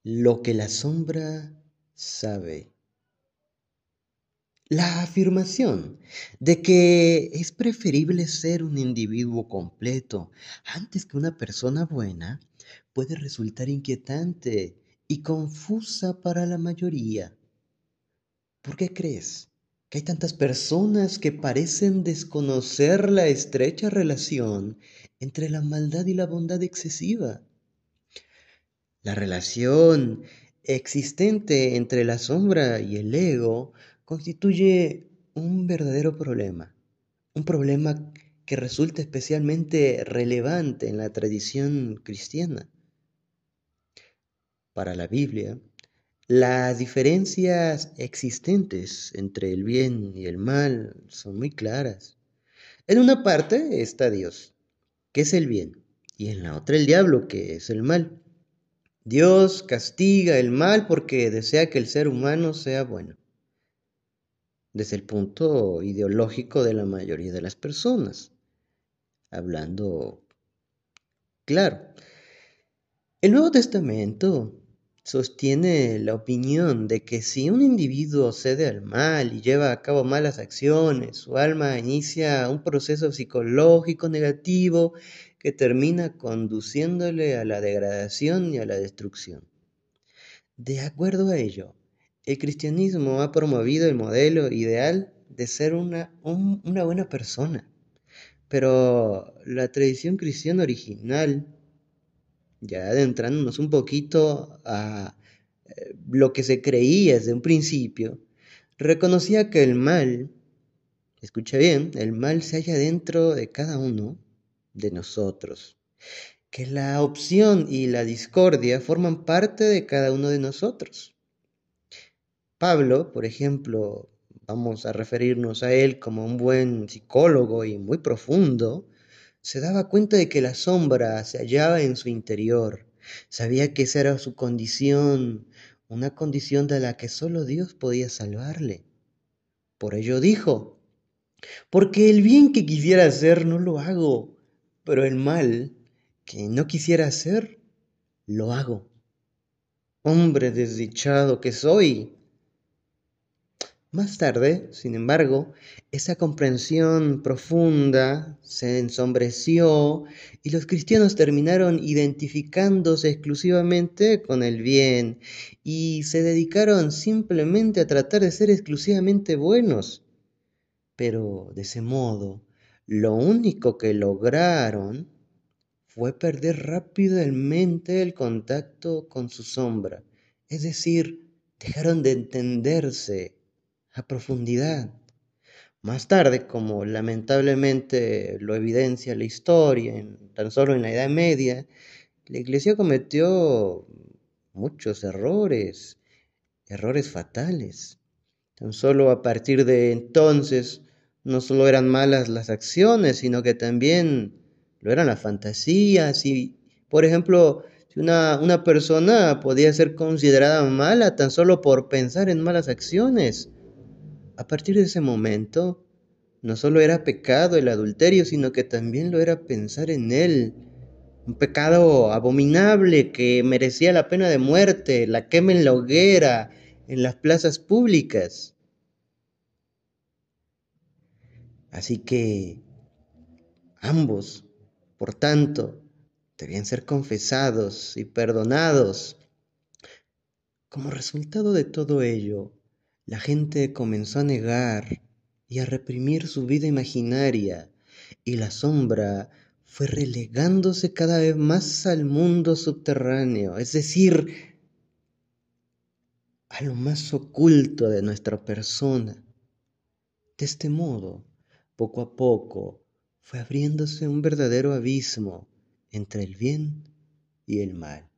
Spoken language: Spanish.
Lo que la sombra sabe. La afirmación de que es preferible ser un individuo completo antes que una persona buena puede resultar inquietante y confusa para la mayoría. ¿Por qué crees que hay tantas personas que parecen desconocer la estrecha relación entre la maldad y la bondad excesiva? La relación existente entre la sombra y el ego constituye un verdadero problema, un problema que resulta especialmente relevante en la tradición cristiana. Para la Biblia, las diferencias existentes entre el bien y el mal son muy claras. En una parte está Dios, que es el bien, y en la otra el diablo, que es el mal. Dios castiga el mal porque desea que el ser humano sea bueno, desde el punto ideológico de la mayoría de las personas, hablando claro. El Nuevo Testamento sostiene la opinión de que si un individuo cede al mal y lleva a cabo malas acciones, su alma inicia un proceso psicológico negativo que termina conduciéndole a la degradación y a la destrucción. De acuerdo a ello, el cristianismo ha promovido el modelo ideal de ser una buena persona, pero la tradición cristiana original, ya adentrándonos un poquito a lo que se creía desde un principio, reconocía que el mal, escucha bien, el mal se halla dentro de cada uno de nosotros, que la opción y la discordia forman parte de cada uno de nosotros. Pablo, por ejemplo, vamos a referirnos a él como un buen psicólogo y muy profundo, se daba cuenta de que la sombra se hallaba en su interior. Sabía que esa era su condición, una condición de la que solo Dios podía salvarle. Por ello dijo, porque el bien que quisiera hacer no lo hago, pero el mal que no quisiera hacer, lo hago. Hombre desdichado que soy. Más tarde, sin embargo, esa comprensión profunda se ensombreció y los cristianos terminaron identificándose exclusivamente con el bien y se dedicaron simplemente a tratar de ser exclusivamente buenos. Pero de ese modo, lo único que lograron fue perder rápidamente el contacto con su sombra, es decir, dejaron de entenderse a profundidad. Más tarde, como lamentablemente lo evidencia la historia, tan solo en la Edad Media, la Iglesia cometió muchos errores, errores fatales. Tan solo a partir de entonces, no solo eran malas las acciones, sino que también lo eran las fantasías. Y, por ejemplo, si una persona podía ser considerada mala tan solo por pensar en malas acciones, a partir de ese momento, no solo era pecado el adulterio, sino que también lo era pensar en él. Un pecado abominable que merecía la pena de muerte, la quema en la hoguera, en las plazas públicas. Así que ambos, por tanto, debían ser confesados y perdonados. Como resultado de todo ello, la gente comenzó a negar y a reprimir su vida imaginaria, y la sombra fue relegándose cada vez más al mundo subterráneo, es decir, a lo más oculto de nuestra persona. De este modo, poco a poco, fue abriéndose un verdadero abismo entre el bien y el mal.